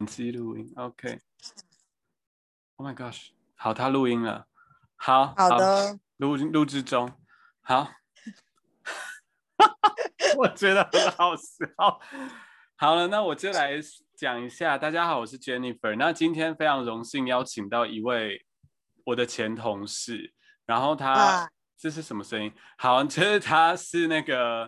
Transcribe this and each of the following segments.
机录音 ，OK。Oh my gosh， 好，他录音了。好， 好的， 录制中。好，我觉得很好笑。好了，那我就来讲一下。大家好，我是 Jennifer。那今天非常荣幸邀请到一位我的前同事，然后他、这是什么声音？好，就是他是那个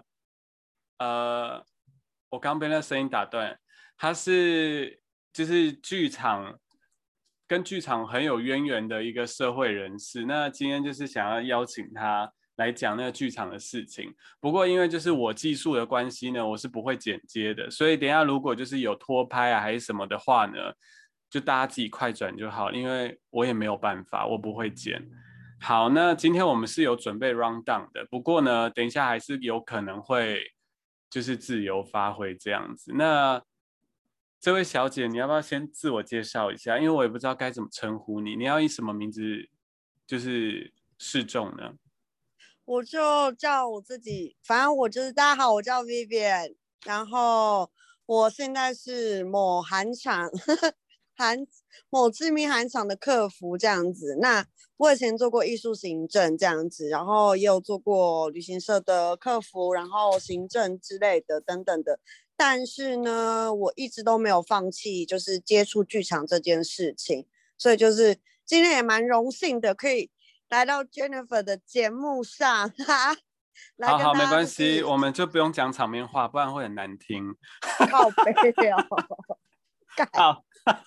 我刚被那声音打断。他是就是跟剧场很有渊源的一个社会人士。那今天就是想要邀请他来讲那个剧场的事情。不过因为就是我技术的关系呢，我是不会剪接的，所以等一下如果就是有拖拍啊还是什么的话呢，就大家自己快转就好，因为我也没有办法，我不会剪。好，那今天我们是有准备 round down 的，不过呢，等一下还是有可能会就是自由发挥这样子。那这位小姐，你要不要先自我介绍一下？因为我也不知道该怎么称呼你，你要以什么名字就是示众呢？ 我就叫我自己，反正我就是大家好，我叫 Vivian， 然后我现在是某韩厂某知名韩厂的客服这样子。那我以前做过艺术行政这样子，然后也有做过旅行社的客服，然后行政之类的等等的。但是呢，我一直都没有放弃，就是接触剧场这件事情。所以就是今天也蛮荣幸的，可以来到 Jennifer 的节目上，哈，来好好，没跟大家关系， 就是我们就不用讲场面话，不然会很难听。 靠背哦， 好，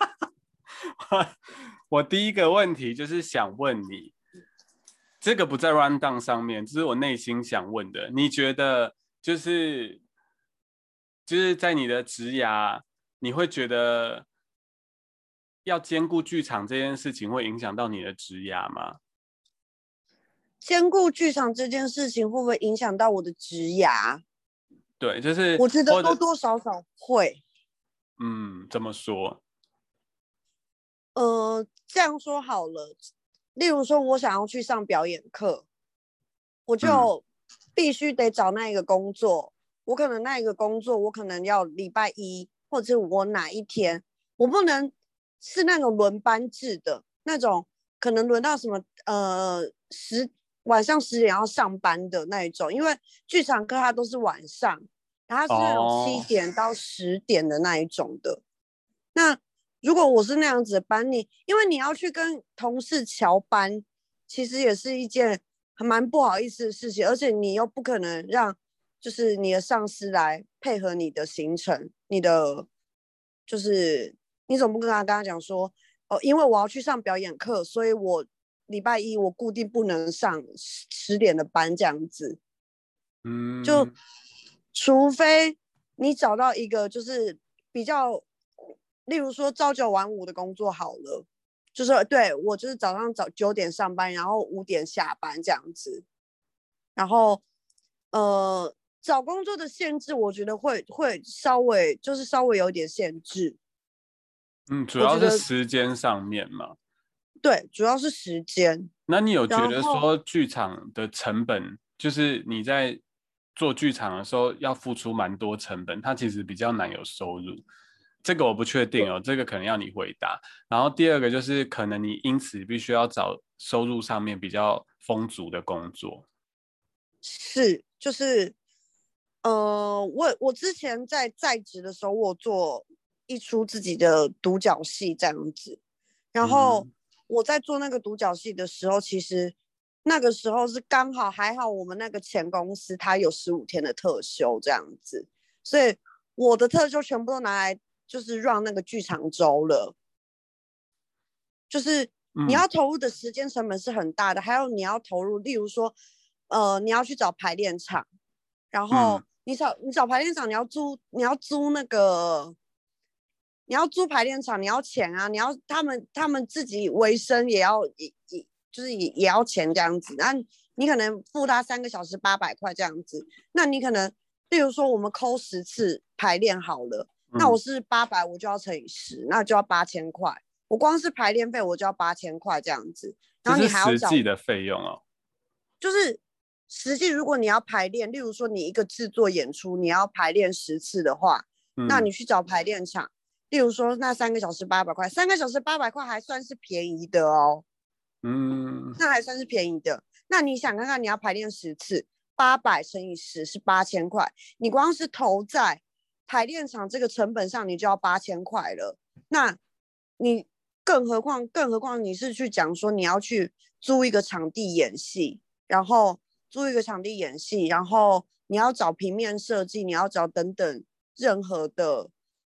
我第一个问题就是想问你，这个不在 run down 上面，这是我内心想问的。你觉得就是在你的职涯，你会觉得要兼顾剧场这件事情会影响到你的职涯吗？ 兼顾剧场这件事情会不会影响到我的职涯？ 对，就是我觉得多多少少会。 怎么说？ 这样说好了，例如说我想要去上表演课，我就必须得找那一个工作。我可能那一个工作，我可能要礼拜一，或者是我哪一天，我不能是那种轮班制的那种，可能轮到什么晚上10点要上班的那一种，因为剧场课它都是晚上，然后它是那种7点到10点的那一种的。那如果我是那样子的班，因为你要去跟同事调班，其实也是一件还蛮不好意思的事情，而且你又不可能让就是你的上司来配合你的行程，就是你总不跟他讲说，因为我要去上表演课，所以我礼拜一我固定不能上10点的班这样子。就除非你找到一个就是比较，例如说朝9晚5的工作好了，就是对我就是早上9点上班，然后5点下班这样子。然后找工作的限制，我觉得会稍微有点限制。 主要是时间上面嘛。 对，主要是时间。 那你有觉得说剧场的成本，就是你在做剧场的时候要付出蛮多成本，它其实比较难有收入。这个我不确定哦，这个可能要你回答。然后第二个就是可能你因此必须要找收入上面比较丰足的工作。 是，就是我之前在职的时候，我做一出自己的独角戏这样子。然后我在做那个独角戏的时候，其实那个时候是刚好还好，我们那个前公司它有15天的特休这样子，所以我的特休全部都拿来就是让那个剧场周了。就是你要投入的时间成本是很大的，还有你要投入，例如说，你要去找排练场，然后你找排练场，你要租那个，你要租排练场，你要钱啊，你要他们自己维生也要就是也要钱这样子。那你可能付他3个小时800块这样子，那你可能例如说我们扣10次排练好了，那我是800，我就要乘以10，那就要8000块。我光是排练费我就要8000块这样子，然后你还要这是实际的费用哦。 就是实际如果你要排练，例如说你一个制作演出你要排练10次的话，那你去找排练场， 例如说那3个小时800块，3个小时800块还算是便宜的哦。那还算是便宜的。那你想看看，你要排练10次，800乘以10是8000块，你光是投在排练场这个成本上，你就要8000块了。那你更何况你是去讲说你要去租一个场地演戏，然后你要找平面设计，你要找等等任何的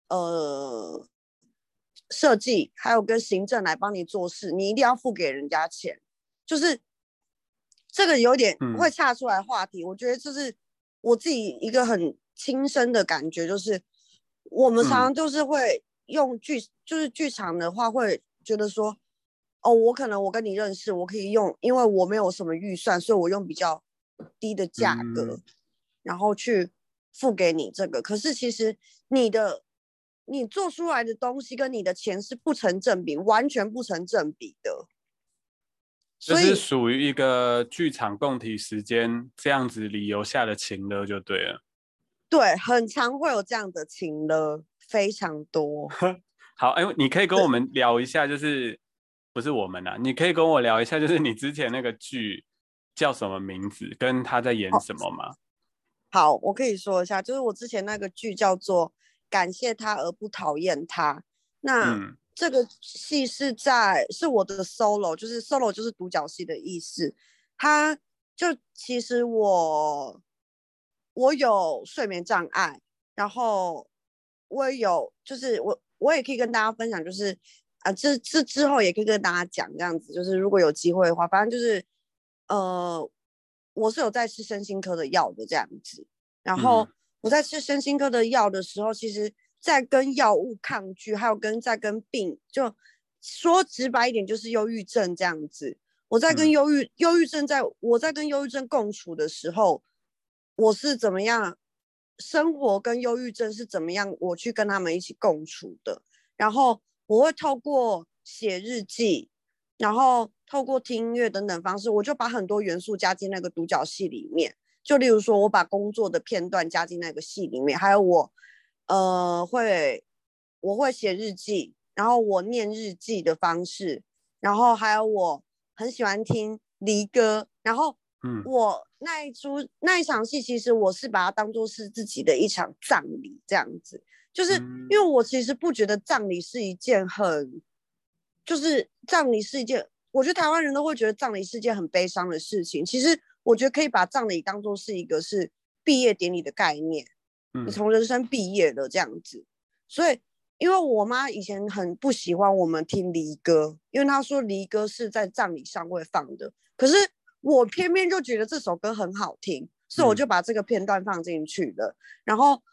设计，还有跟行政来帮你做事，你一定要付给人家钱。就是这个有点会岔出来话题，我觉得这是我自己一个很亲身的感觉，就是我们常常就是会用就是剧场的话会觉得说，哦，我跟你认识，我可以用，因为我没有什么预算，所以我用比较低的价格，然后去付给你这个。可是其实你做出来的东西跟你的钱是不成正比，完全不成正比的。 就是属于一个剧场共体时间这样子理由下的情勒就对了。 对，很常会有这样的情勒，非常多。 好，哎，你可以跟我们聊一下，就是不是我们啊，你可以跟我聊一下，就是你之前那个剧叫什么名字，跟他在演什么吗？ 好，我可以说一下，就是我之前那个剧叫做《感谢他而不讨厌他》。那这个戏是我的 solo， 就是 solo 就是独角戏的意思。他就其实我有睡眠障碍，然后我也有就是我也可以跟大家分享，就是这之后也可以跟大家讲这样子，就是如果有机会的话，反正就是我是有在吃身心科的药的这样子。然后我在吃身心科的药的时候，其实在跟药物抗拒，还有在跟病，就说直白一点就是忧郁症这样子。我在跟忧郁症共处的时候，我是怎么样生活跟忧郁症是怎么样我去跟他们一起共处的。然后我会透过写日记，然后透过听音乐等等方式，我就把很多元素加进那个独角戏里面。就例如说，我把工作的片段加进那个戏里面，还有我会写日记，然后我念日记的方式，然后还有我很喜欢听离歌，然后我那一场戏，其实我是把它当做是自己的一场葬礼这样子，就是因为我其实不觉得葬礼是一件就是葬礼是一件，我觉得台湾人都会觉得葬礼是一件很悲伤的事情，其实我觉得可以把葬礼当作是一个是毕业典礼的概念，你从人生毕业了这样子。所以因为我妈以前很不喜欢我们听离歌，因为她说离歌是在葬礼上会放的，可是我偏偏就觉得这首歌很好听，所以我就把这个片段放进去了。然后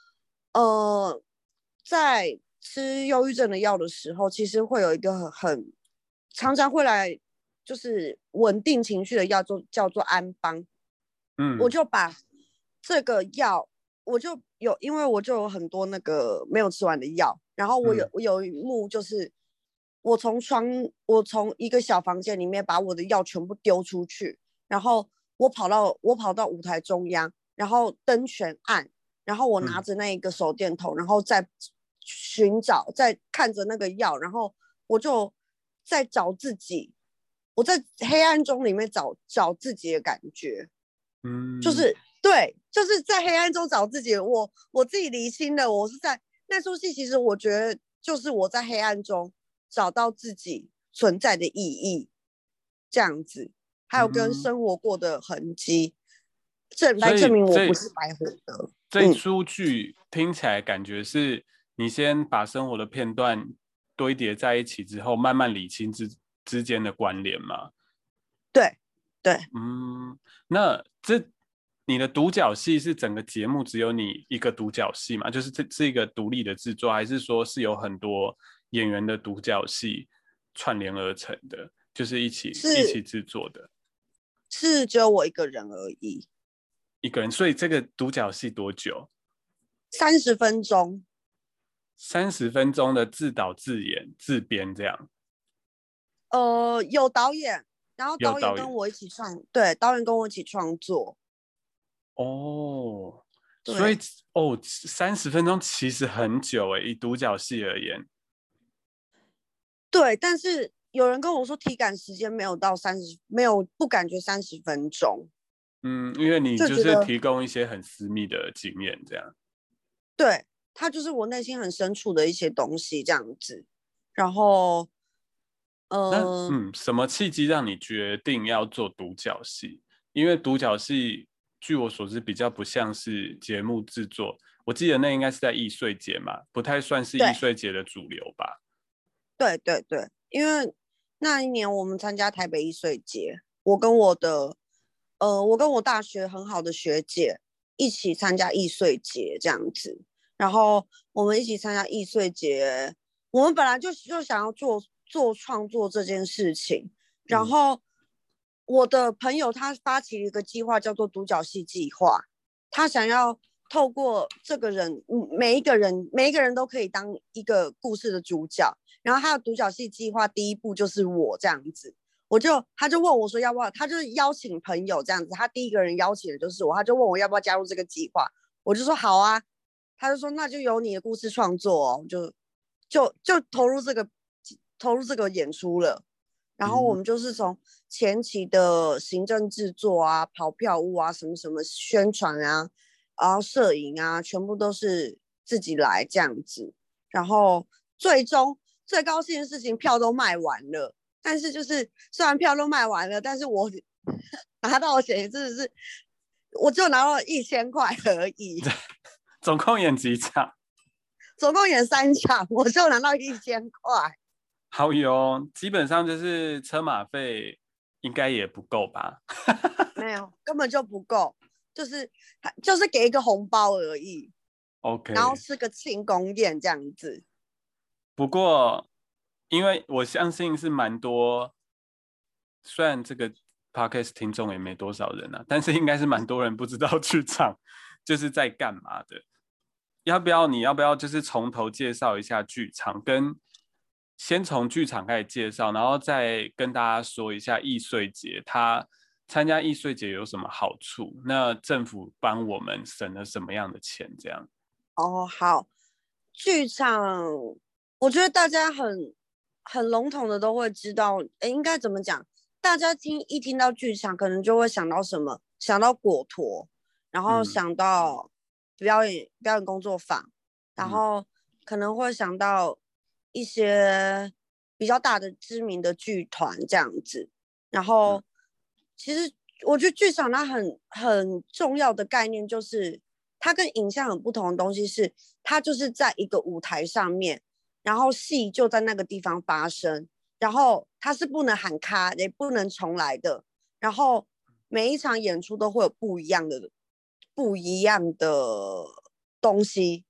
在吃忧郁症的药的时候，其实会有一个很常常会来就是稳定情绪的药，叫做安邦。我就把这个药，因为我就有很多那个没有吃完的药，然后我有一幕就是我从一个小房间里面把我的药全部丢出去，然后我跑到舞台中央，然后灯全暗，然后我拿着那一个手电筒，然后再看着那个药，然后我就在找自己，我在黑暗中里面找自己的感觉。就是对，就是在黑暗中找自己。我自己厘清了，我是在那出戏，其实我觉得就是我在黑暗中找到自己存在的意义，这样子，还有跟生活过的痕迹，来证明我不是白活的。 这出剧听起来感觉是你先把生活的片段堆叠在一起之后，慢慢理清之间的关联嘛？ 对对， 那你的独角戏是整个节目只有你一个独角戏嘛？就是这是一个独立的制作，还是说是有很多演员的独角戏串联而成的，就是一起制作的？ 是只有我一个人而已， 一个人。所以这个独角戏多久 ？30分钟。 30分钟的自导自演自编这样？ 有导演，然后导演跟我一起对，导演跟我一起创作。 哦， 所以对 30分钟其实很久以独角戏而言。 对，但是有人跟我说体感时间没有到没有不感觉30分钟， 因为你就是就觉得提供一些很私密的经验，这样。 对，它就是我内心很深处的一些东西这样子。然后， 那呃， 什么契机让你决定要做独角戏？因为独角戏据我所知比较不像是节目制作，我记得那应该是在易碎节嘛，不太算是易对碎节的主流吧。 对对对，因为那一年我们参加台北艺穗节，我跟我大学很好的学姐一起参加艺穗节这样子，然后我们一起参加艺穗节，我们本来就想要做创作这件事情，然嗯后我的朋友他发起了一个计划叫做独角戏计划，他想要透过这个人，每一个人都可以当一个故事的主角。然后他的独角戏计划第一步就是我这样子，他就问我说要不要，他就是邀请朋友这样子，他第一个人邀请的就是我，他就问我要不要加入这个计划，我就说好啊，他就说那就由你的故事创作哦，就投入这个演出了，然后我嗯， 们就是从前期的行政制作啊、跑票务啊、什么什么宣传啊，然后摄影啊，全部都是自己来这样子，然后最终最高兴的事情，票都卖完了。但是就是虽然票都卖完了，但是我拿到的钱真的是，我就拿到了1000块而已， 总共演几场？ 总共演3场，我就拿到1000块。 好友基本上就是车马费应该也不够吧没有，根本就不够，就是给一个红包而已，然后 ？OK， 吃个庆功宴这样子。 不过因为我相信是蛮多，虽然这个 podcast 听众也没多少人啊，但是应该是蛮多人不知道剧场就是在干嘛的。你要不要就是从头介绍一下剧场，先从剧场开始介绍，然后再跟大家说一下易碎节，它参加易碎节有什么好处？那政府帮我们省了什么样的钱？这样。 哦，好，剧场，我觉得大家很笼统的都会知道，诶，应该怎么讲？大家一听到剧场，可能就会想到什么？想到果陀，然后嗯想到表演工作坊，然嗯后可能会想到一些比较大的知名的剧团这样子。然嗯后，其实我觉得剧场它很重要的概念就是，它跟影像很不同的东西是，它就是在一个舞台上面，然后戏就在那个地方发生，然后它是不能喊卡，也不能重来的，然后每一场演出都会有不一样的东西，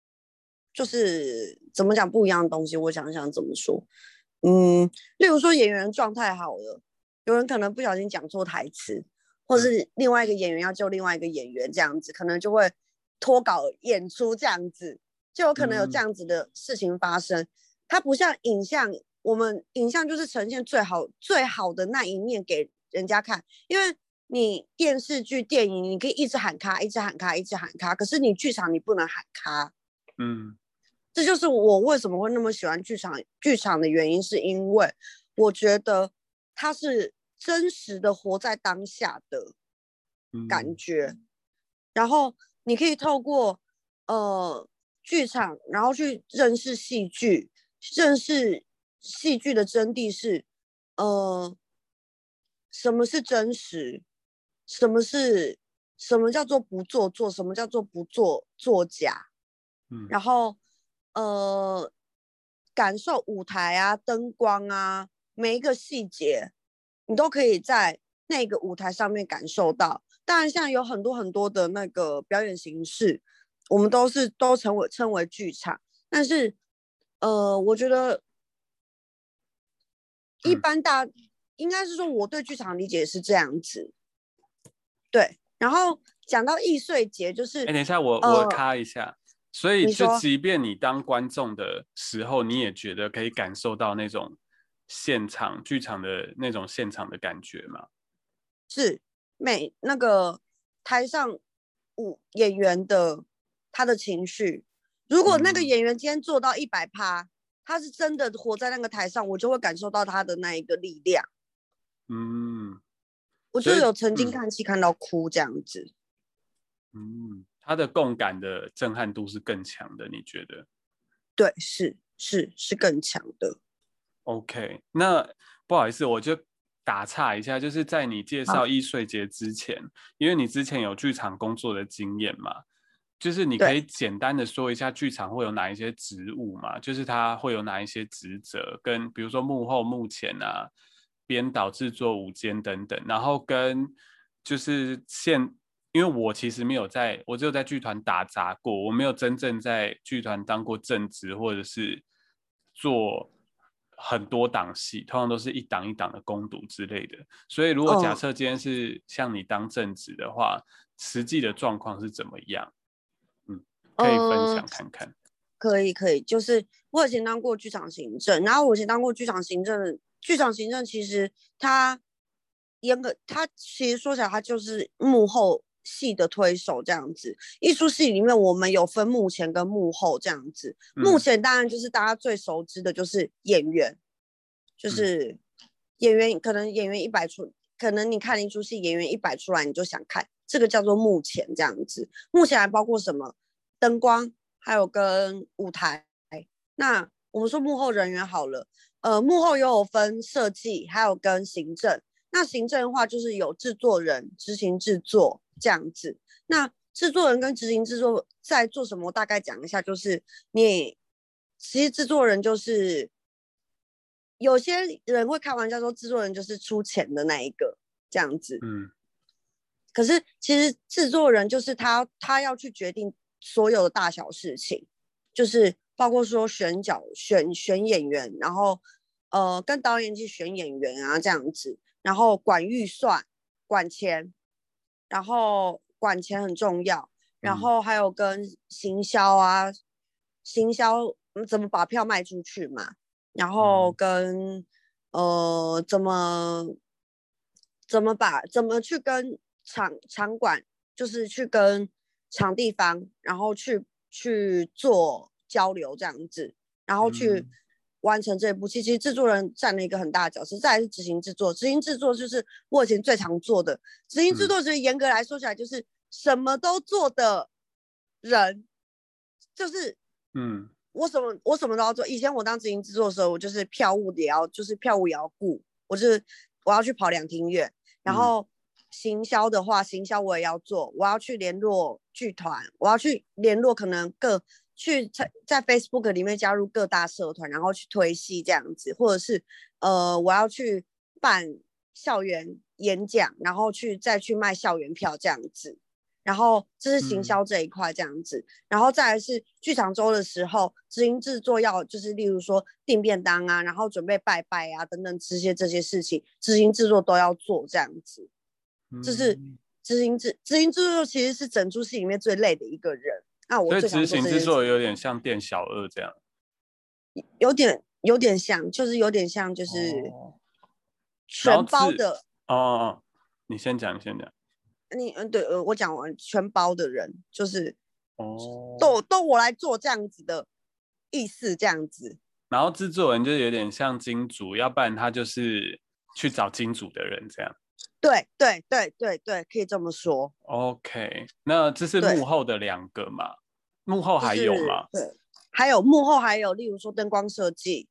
就是怎么讲不一样的东西，我想想怎么说，例如说演员状态好了，有人可能不小心讲错台词，或嗯是另外一个演员要救另外一个演员这样子，可能就会脱稿演出这样子，就有可能有这嗯样子的事情发生。它不像影像，我们影像就是呈现最好的那一面给人家看，因为你电视剧、电影你可以一直喊卡，一直喊卡，一直喊卡，可是你剧场你不能喊卡。 嗯这就是我为什么会那么喜欢剧场的原因，是因为我觉得它是真实的活在当下的感嗯觉，然后你可以透过剧场，然后去认识戏剧，认识戏剧的真谛是呃什么是真实，什么是什么叫做不做作，什么叫做不做作假， 嗯然后呃，感受舞台啊、灯光啊，每一个细节，你都可以在那个舞台上面感受到。当然，现在有很多很多的那个表演形式，我们都称为剧场，但是我觉得一嗯。 般应该是说我对剧场理解是这样子，对。然后讲到易碎节，就是哎，等一下，我卡一下。所以，就你说即便你当观众的时候，你也觉得可以感受到那种剧场的那种现场的感觉吗？ 是那个台上演员的他的情绪。如果那个演员今天做到100%，他是真的活在那个台上，我就会感受到他的那一个力量。我就有曾经看戏看到哭这样子。 他的共感的震撼度是更强的，你觉得？ 对，是更强的。 OK， 那不好意思，我就打岔一下，就是在你介绍易碎节之前，因为你之前有剧场工作的经验嘛，就是你可以简单的说一下剧场会有哪一些职务嘛？就是它会有哪一些职责，跟比如说幕后幕前啊、编导、制作、舞监等等，然后跟就是因为我其实没有我只有在剧团打杂过，我没有真正在剧团当过正职，或者是做很多档戏，通常都是一档一档的攻读之类的。所以如果假设今天是像你当正职的话，实际的状况是怎么样？可以分享看看。 可以，就是我以前当过剧场行政，然后我以前当过剧场行政。剧场行政其实它其实说起来，它就是幕后戏的推手这样子。艺术系里面我们有分幕前跟幕后这样子。幕前当然就是大家最熟知的就是演员，就是演员可能演员100出，可能你看一出戏演员100出来，你就想看，这个叫做幕前这样子。幕前还包括什么？灯光，还有跟舞台。那我们说幕后人员好了，幕后也有分设计，还有跟行政。那行政的话，就是有制作人、执行制作这样子。那制作人跟执行制作在做什么？我大概讲一下，就是其实制作人就是有些人会开玩笑说，制作人就是出钱的那一个这样子。可是其实制作人就是他要去决定所有的大小事情，就是包括说选演员，然后跟导演一起选演员啊这样子，然后管预算、管钱，然后管钱很重要，然后还有跟行销啊，怎么把票卖出去嘛，然后跟怎么去跟场馆，就是去跟场地方，然后去做交流这样子，然后去完成这部戏。其实制作人占了一个很大的角色。再来是执行制作，执行制作就是我以前最常做的。执行制作其实严格来说起来就是什么都做的人，就是我什么都要做。以前我当执行制作的时候，我就是票务也要顾，我要去跑2厅院，然后行销的话，行销我也要做，我要去联络剧团，我要去联络可能在 Facebook 里面加入各大社团，然后去推戏这样子，或者是我要去办校园演讲，然后再去卖校园票这样子。然后这是行销这一块这样子，然后再来是剧场周的时候，执行制作要就是例如说订便当啊，然后准备拜拜啊等等这些事情，执行制作都要做这样子。这是执行制作其实是整出戏里面最累的一个人。那我最所以执行制作有点像店小二这样， 有点像，就是有点像就是全包的。 你先讲。 对，我讲完全包的人就是都我来做这样子的意思，这样子。 然后制作人就有点像金主，要不然他就是去找金主的人这样。 对，可以这么说。 OK， 那这是幕后的2个嘛？幕后还有吗？ 对，还有幕后还有，例如说灯光设计、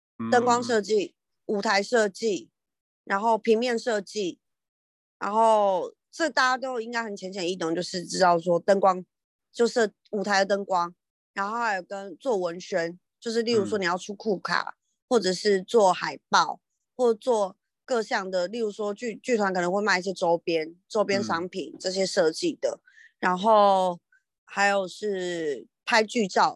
舞台设计，然后平面设计，然后这大家都应该很浅显易懂，就是知道说灯光就是舞台的灯光，然后还有跟做文宣，就是例如说你要出库卡，或者是做海报，或者做各项的，例如说剧团可能会卖一些周边商品这些设计的，然后还有是拍剧照，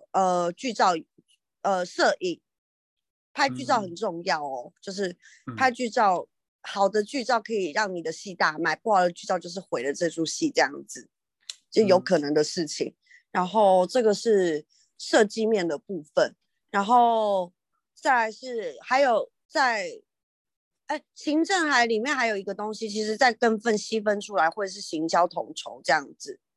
摄影。拍剧照很重要哦，就是拍剧照，好的剧照可以让你的戏大卖，不好的剧照就是毁了这出戏这样子，就有可能的事情。然后这个是设计面的部分，然后再来是还有行政里面还有一个东西，其实再更细分出来会是行销统筹这样子。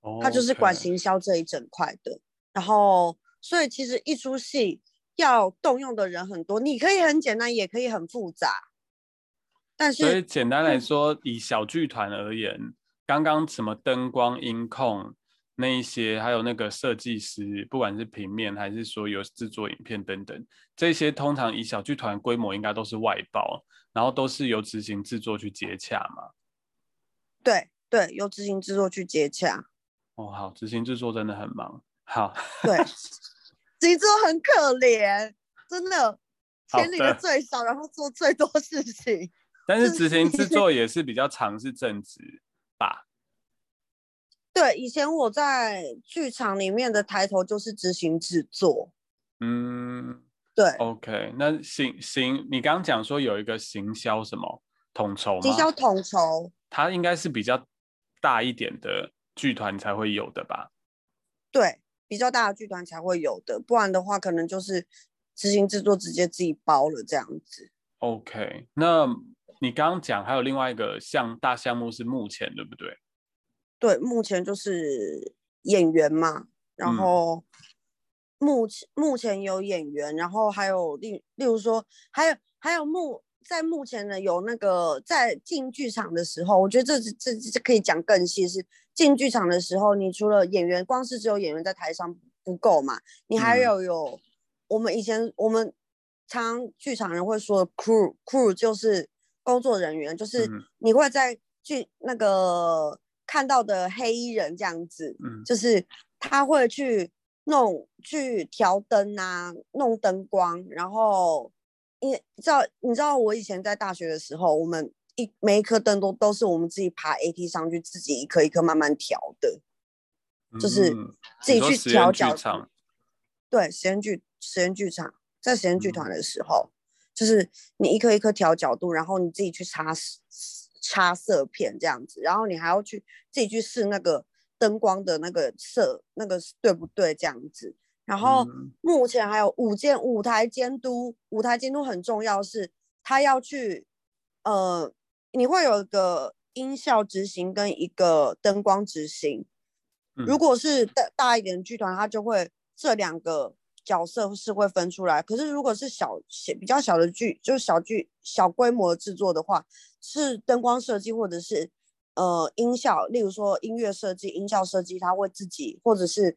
他就是管行销这一整块的。然后，所以其实一出戏要动用的人很多，你可以很简单，也可以很复杂。但是， 所以简单来说，以小剧团而言，刚刚什么灯光、音控那一些，还有那个设计师，不管是平面还是说有制作影片等等，这些通常以小剧团规模应该都是外包，然后都是由执行制作去接洽嘛。 对对，由执行制作去接洽。 哦，好，执行制作真的很忙。好， 对，执行制作很可怜，真的钱领的最少，然后做最多事情。 但是执行制作也是比较常是正职吧？ 对，以前我在剧场里面的抬头就是执行制作。 嗯， 对 ，OK，那你刚刚讲说有一个行销什么统筹吗？ 行销统筹， 它应该是比较大一点的剧团才会有的吧？ 对，比较大的剧团才会有的，不然的话可能就是执行制作直接自己包了这样子。 OK，那你刚刚讲还有另外一个大项目是幕前，对不对？ 对，目前就是演员嘛，然后目前有演员，然后还有例如说，还有在目前呢有那个在进剧场的时候，我觉得这可以讲更细，是进剧场的时候，你除了演员，光是只有演员在台上不够嘛，你还有我们常剧场人会说 crew 就是工作人员，就是你会在那个看到的黑衣人这样子，就是他会去调灯啊，弄灯光，然后你知道我以前在大学的时候，我们每一颗灯都是我们自己爬 AT 上去，自己一颗一颗慢慢调的，就是自己去调角度。对，实验剧场，在实验剧团的时候，就是你一颗一颗调角度，然后你自己去插色片这样子，然后你还要自己去试那个灯光的那个色，那个对不对这样子。然后目前还有舞台监督，舞台监督很重要，是他要去你会有一个音效执行跟一个灯光执行。如果是大一点的剧团，它就会这两个角色是会分出来。可是如果是比较小的剧，就是小规模的制作的话，是灯光设计或者是音效，例如说音乐设计、音效设计，他会自己，或者是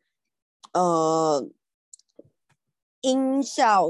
音效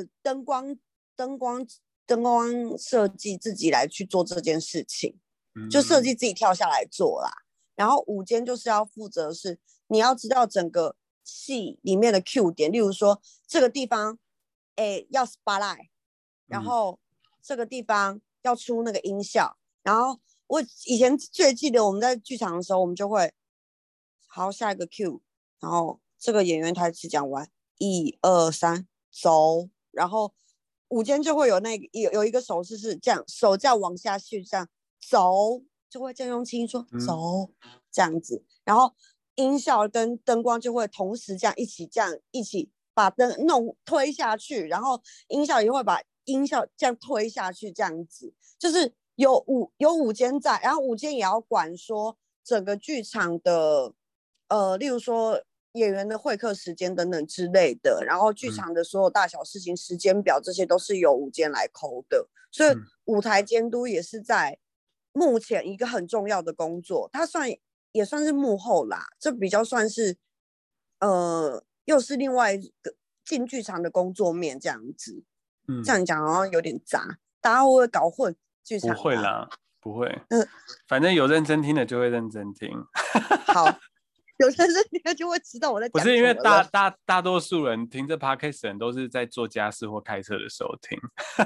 灯光设计自己来去做这件事情，就设计自己跳下来做啦。然后舞监就是要负责是你要知道整个戏里面的 Q 点，例如说这个地方要 spotlight， 然后这个地方要出那个音效。然后我以前最记得我们在剧场的时候，我们就会好下一个 Q， 然后这个演员台词讲完1、2、3走，然后舞间就会有一个手势是这样，手这样往下去，这样走，就会这样用轻音说走这样子，然后音效跟灯光就会同时这样一起把灯推下去，然后音效也会把音效这样推下去，这样子就是有舞间在，然后舞间也要管说整个剧场的例如说演员的会客时间等等之类的，然后剧场的所有大小事情、时间表这些都是由舞监来抠的，所以舞台监督也是在目前一个很重要的工作，它也算是幕后啦，这比较算是又是另外一个进剧场的工作面这样子。这样讲好像有点杂，大家会不会搞混剧场？ 不会啦，不会。反正有认真听的就会认真听。 好，有认真听的就会知道我在讲什么了。 不是因为大多数人听这 podcast 的人都是在做家事或开车的时候听。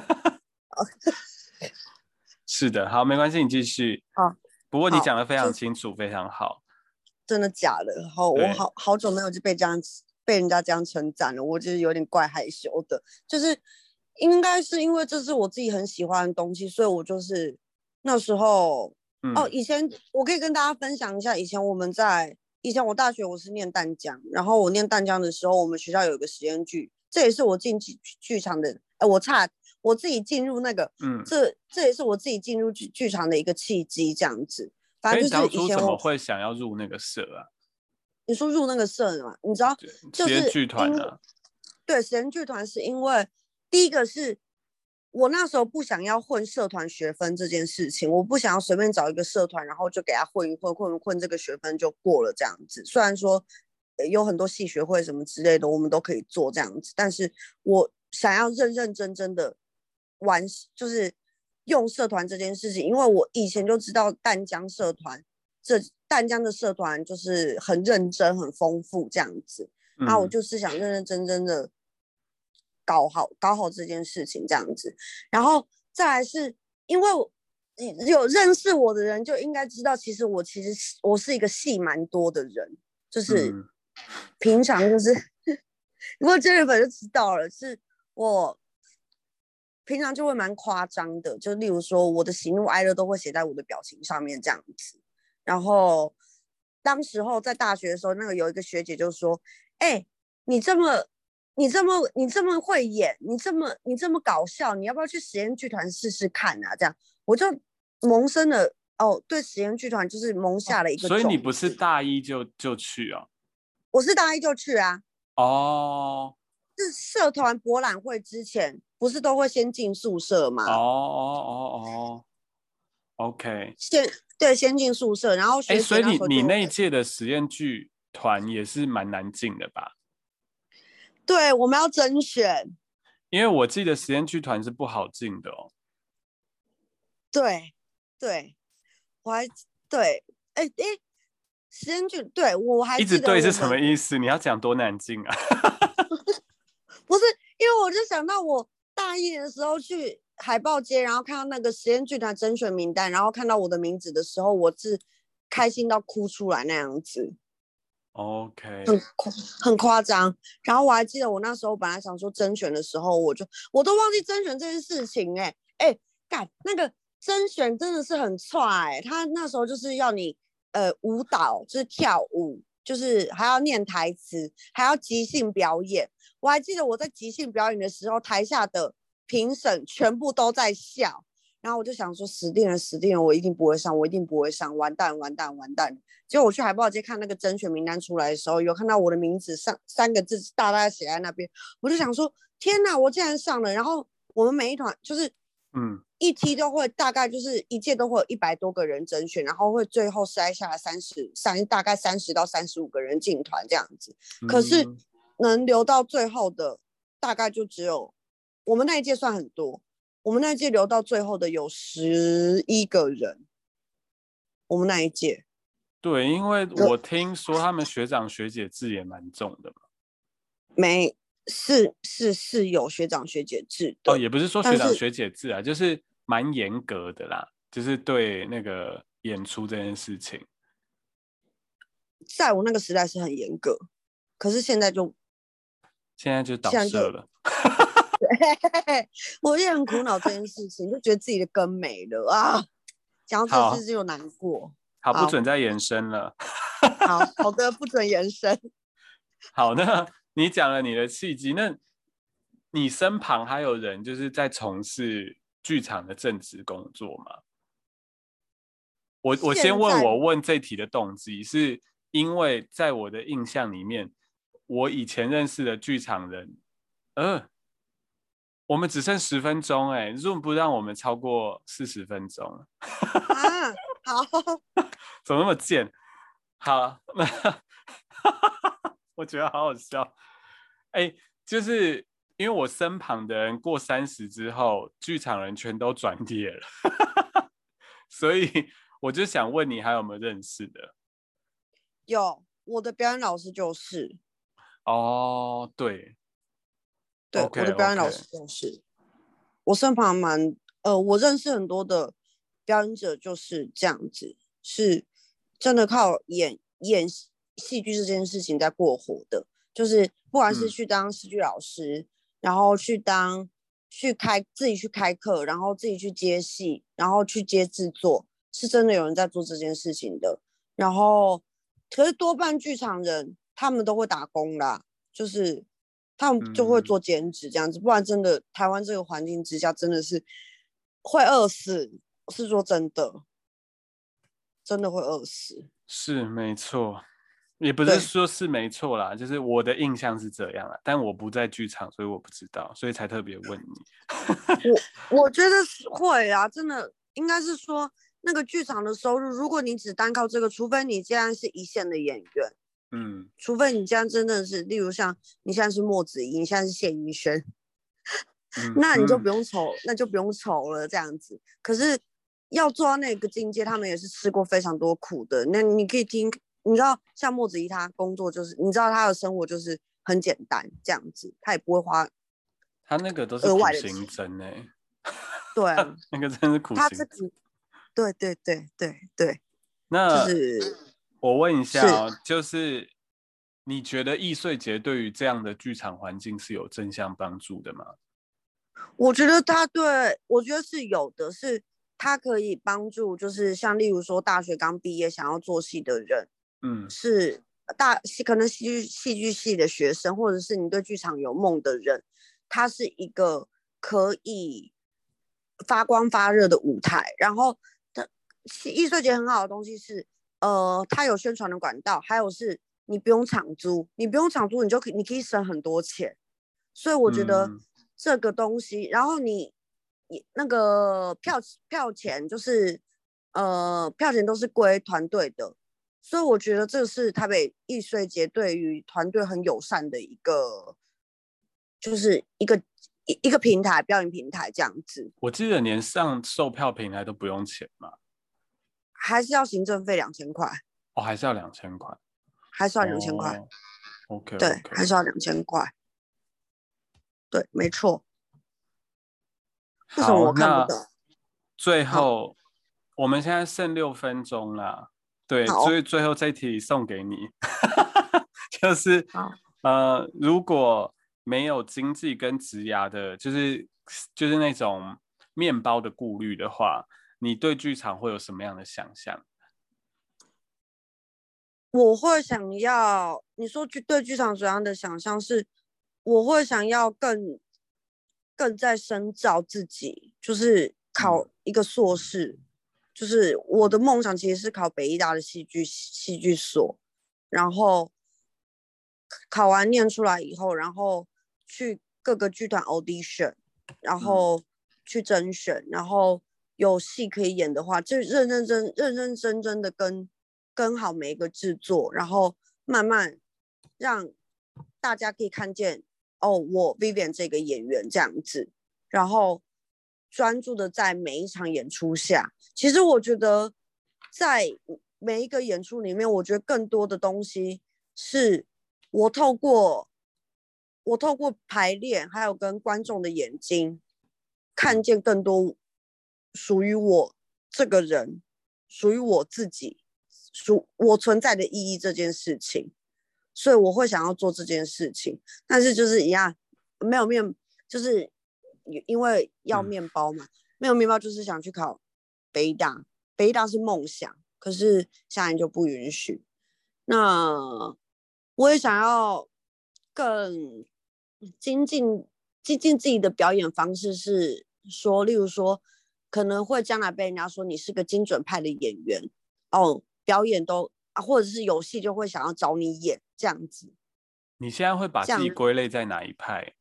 是的，好，没关系，你继续。 好， 不过你讲的非常清楚，非常好。 真的假的？我好久没有就被人家这样称赞了，我就是有点怪害羞的。就是应该是因为这是我自己很喜欢的东西，所以我就是那时候以前我可以跟大家分享一下，以前我大学我是念淡江，然后我念淡江的时候，我们学校有一个实验剧，这也是我进剧场的，我自己进入那个，这也是我自己进入剧场的一个契机，这样子。反正就是以前当初怎么会想要入那个社啊？ 你说入那个社嘛？你知道，就是实验剧团啊。 对，实验剧团是因为第一个是我那时候不想要混社团学分这件事情，我不想要随便找一个社团，然后就给他混一混这个学分就过了这样子。虽然说有很多系学会什么之类的，我们都可以做这样子，但是我想要认认真真的玩，就是用社团这件事情，因为我以前就知道淡江社团，淡江的社团就是很认真、很丰富这样子。那我就是想认认真真的搞好这件事情这样子，然后再来是因为有认识我的人就应该知道，其实我是一个戏蛮多的人，就是平常就是如果真人粉就知道了，是我平常就会蛮夸张的，就例如说我的喜怒哀乐都会写在我的表情上面这样子。然后当时候在大学的时候，那个有一个学姐就说：“哎，你这么会演，你这么搞笑，你要不要去实验剧团试试看啊？”这样我就萌生了对实验剧团就是萌下了一个种子。 所以你不是大一就去啊？ 我是大一就去啊。 哦。 是社团博览会之前，不是都会先进宿舍吗？ 哦，OK。 对，先进宿舍，然后学所以姐那时候你那一就届的实验剧团也是蛮难进的吧？ 对我们要甄选。 因为我记得实验剧团是不好进的哦。 对对，我还对，实验剧，对我还一直记得对是什么我们意思？你要讲多难进啊？ 不是，因为我就想到我大一的时候去海报街，然后看到那个实验剧团甄选名单，然后看到我的名字的时候，我是开心到哭出来那样子。 OK。 很夸张。然后我还记得我那时候本来想说甄选的时候，我都忘记甄选这件事情。干那个甄选真的是很踹。他那时候就是要你舞蹈，就是跳舞，就是还要念台词，还要即兴表演。我还记得我在即兴表演的时候，台下的评审全部都在笑。然后我就想说，死定了，死定了，我一定不会上，我一定不会上，完蛋，完蛋，完蛋。结果我去海报街看那个甄选名单出来的时候，有看到我的名字上3个字大大写在那边，我就想说，天哪，我竟然上了！然后我们每一团就是一梯都会大概就是一届都会有100多个人甄选，然后会最后筛下来大概30到35个人进团这样子。可是能留到最后的大概就只有我们那一届算很多。我们那一届留到最后的有11个人，我们那一届。 对，因为我听说他们学长学姐制也蛮重的嘛。 是有学长学姐制的。 也不是说学长学姐制啊，就是蛮严格的啦，就是对那个演出这件事情。 在我那个时代是很严格，可是现在就倒社了。 我也很苦恼这件事情，就觉得自己的根没了啊。讲到这事就难过。 好，不准再延伸了。 好的，不准延伸。 好，那你讲了你的契机，那你身旁还有人就是在从事剧场的正职工作吗？我先问这题的动机，是因为在我的印象里面，我以前认识的剧场人，我们只剩10分钟，Zoom 不让我们超过40分钟。 好， 怎么那么贱？好，我觉得好好笑。就是因为我身旁的人过30之后，剧场人全都转业了，所以我就想问你，还有没有认识的？ 有，我的表演老师就是。 对， 我的表演老师就是。我身旁我认识很多的表演者就是这样子，是真的靠演戏剧这件事情在过活的，就是不管是去当戏剧老师，然后自己去开课，然后自己去接戏，然后去接制作，是真的有人在做这件事情的。然后可是多半剧场人他们都会打工啦，就是他们就会做兼职这样子，不然真的台湾这个环境之下真的是会饿死，是说真的，真的会饿死。 是没错。 也不是对， 说是没错啦，就是我的印象是这样啦，但我不在剧场，所以我不知道，所以才特别问你。 我觉得是会啊，真的应该是说那个剧场的收入，如果你只单靠这个，除非你现在是一线的演员， 嗯除非你这样真的是，例如像你现在是莫子仪，你现在是谢盈萱，那你就嗯嗯， 不用愁，那就不用愁了这样子。可是要做到那个境界，他们也是吃过非常多苦的。那你可以听，你知道像莫子仪她工作就是，你知道她的生活就是很简单这样子，她也不会花他那个都是额苦外的钱。 行僧对啊， 那个真是苦行僧。 她这个，对对对对对，就那是我问一下是， 哦，就是你觉得易碎节对于这样的剧场环境是有正向帮助的吗？ 我觉得他对我觉得是有的，是他可以帮助，就是像例如说大学刚毕业想要做戏的人， 嗯是可能戏剧系的学生，或者是你对剧场有梦的人，它是一个可以发光发热的舞台。然后它艺术节很好的东西是，它有宣传的管道，还有是你不用场租，你不用场租，你可以省很多钱。所以我觉得嗯， 这个东西，然后你那个票钱就是票钱都是归团队的，所以我觉得这是台北艺穗节对于团队很友善的一个，就是一个平台，表演平台这样子， 我记得连上售票平台都不用钱嘛， 还是要行政费2000块， 哦，还是要2000块。 还是要2000块， 哦，OK 对， OK， 还是要2000块，对，没错。为什么好， 我看不那懂？ 最好， 后我们现在剩6分钟啦，对，所好， 以最后这一题送给你，就是好。 如果没有经济跟职涯的，就是那种面包的顾虑的话，你对剧场会有什么样的想象？ 我会想要，你说对剧场怎样的想象是，我会想要更在深造自己，就是嗯考一个硕士，就是我的梦想其实是考北艺大的戏剧所，然后考完念出来以后，然后去各个剧团 audition，然嗯后去甄选，然后有戏可以演的话，就认认真真的跟好每一个制作，然后慢慢让大家可以看见哦，我 Vivian 这个演员这样子，然后专注的在每一场演出下。其实我觉得在每一个演出里面，我觉得更多的东西是我透过排练，还有跟观众的眼睛，看嗯见更多属于我这个人，属于我自己，我存在的意义这件事情。所以我会想要做这件事情，但是就是一样，没有面，就是因为要嗯， 面包嘛，没有面包就是想去考北大，北大是梦想，可是现在就不允许。那我也想要更精进精进自己的表演方式，是说，例如说，可能会将来被人家说你是个精准派的演员哦，表演都啊，或者是有戏就会想要找你演这样子， 你现在会把自己这样归类在哪一派？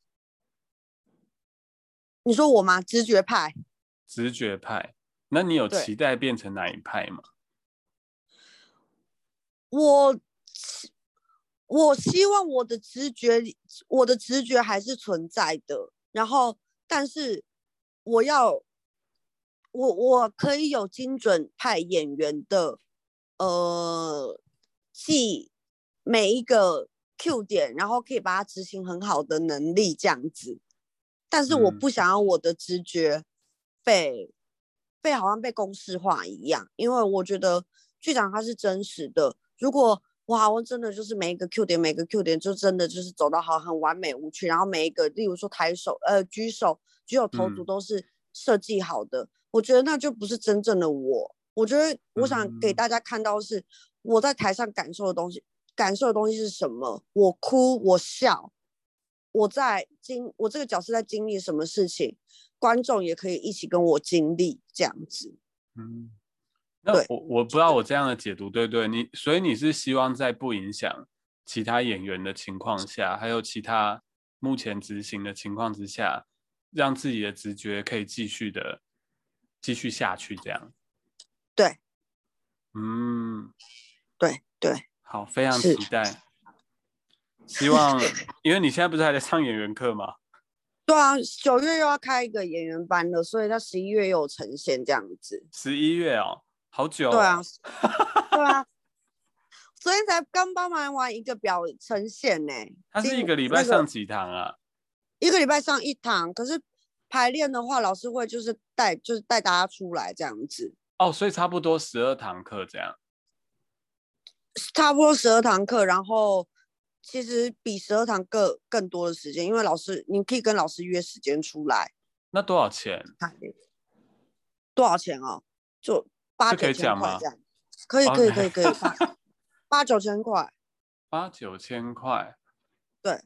你说我吗？直觉派， 直觉派？那你有对期待变成哪一派吗？ 我我希望我的直觉还是存在的，然后但是我要我可以有精准派演员的记每一个 Q 点，然后可以把它执行很好的能力这样子，但是我嗯不想要我的直觉被好像被公式化一样，因为我觉得剧场它是真实的。如果哇，我真的就是每一个 Q 点，每个 Q 点就真的就是走到好很完美无缺，然后每一个，例如说举手投足嗯都是设计好的，我觉得那就不是真正的我。我觉得我想给嗯大家看到是我在台上感受的东西是什么？我哭，我笑，我这个角色在经历什么事情，观众也可以一起跟我经历这样子。 嗯。 那对我不知道我这样的解读对不对？所以你是希望在不影响其他演员的情况下，还有其他目前执行的情况之下，让自己的直觉可以继续下去，这样。 对嗯， 对对， 好，非常是。 期待。希望，因为你现在不是还在上演员课吗？ 对啊，9月又要开一个演员班了，所以他11月又有呈现这样子。 11月哦，好久对啊， 哦。 对啊，昨天才刚帮忙完一个表呈现呢， 他是一个礼拜那个上几堂啊？ 一个礼拜上一堂，可是排练的话，老师会就是带大家出来这样子， 哦，所以差不多12堂课这样。 差不多12堂课，然后其实比12堂课更多的时间，因为你可以跟老师约时间出来那多少钱？ 排练。多少钱哦？就八这可九以讲吗千块这样，可以可以可以 ？OK， 可以，8、9千块， 8、9千块。 对，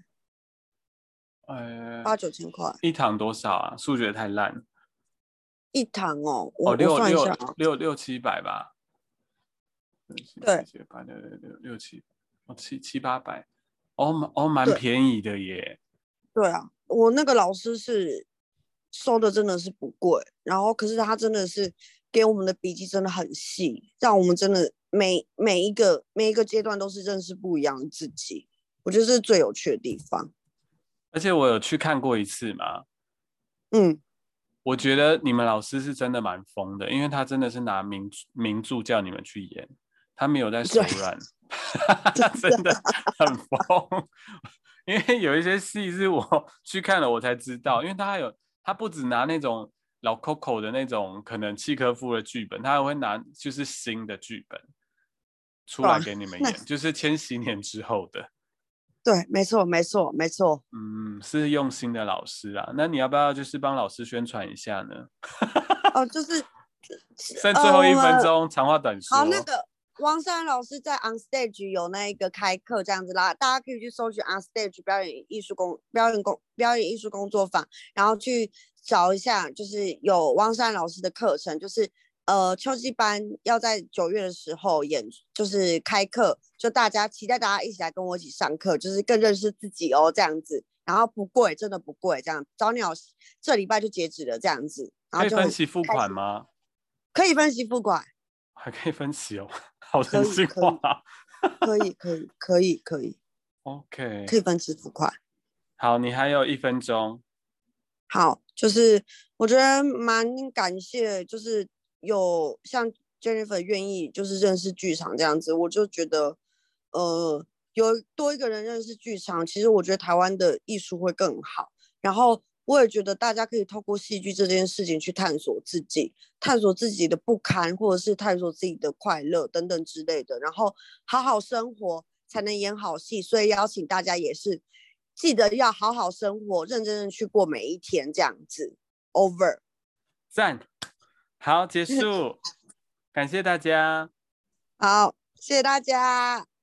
呃， 8、9千块一堂多少啊？数学太烂。 一堂哦， 哦， 我算一下啊， 六七百吧。七对七八六七，哦七八百。哦，蛮对便宜的耶。 对啊，我那个老师是收的真的是不贵，然后可是他真的是给我们的笔记真的很细，让我们真的每一个阶段都是认识不一样的自己，我觉得这是最有趣的地方。 而且我有去看过一次嘛， 嗯， 我觉得你们老师是真的蛮疯的，因为他真的是拿名著叫你们去演，他没有在手对， 软，他真的很疯。因为有一些戏是我去看了我才知道，因为他不只拿那种老 Coco 的那种可能契科夫的剧本，他还会拿就是新的剧本出对啊， 来给你们那演，就是千禧年之后的。 对，没错没错没错。 嗯，是用心的老师啊。那你要不要就是帮老师宣传一下呢？ 哦，就是剩最后一分我们钟，长话短好那说。 个王珊老师在 On Stage 有那一个开课这样子啦，大家可以去搜寻 On Stage 表演艺术工作坊，然后去找一下，就是有汪珊老师的课程，就是秋季班要在9月的时候就是开课，就期待大家一起来跟我一起上课，就是更认识自己哦这样子，然后不贵，真的不贵，这样早鸟这礼拜就截止了这样子，然可以后就很分期付开心， 款吗？ 可以分期付款。 还可以分期哦，好人可以， 性化。 可以，可以，可以，可以，可以，可 OK， 以分支付款。 好，你还有1分钟。 好，就是我觉得蛮感谢，就是有像 Jennifer 愿意就是认识剧场这样子，我就觉得，有多一个人认识剧场，其实我觉得台湾的艺术会更好。然后我也觉得大家可以透过戏剧这件事情去探索自己，探索自己的不堪，或者是探索自己的快乐等等之类的，然后好好生活才能演好戏。所以邀请大家也是记得要好好生活，认真的去过每一天，这样子。Over， 赞，好，结束，感谢大家。 好，谢谢大家。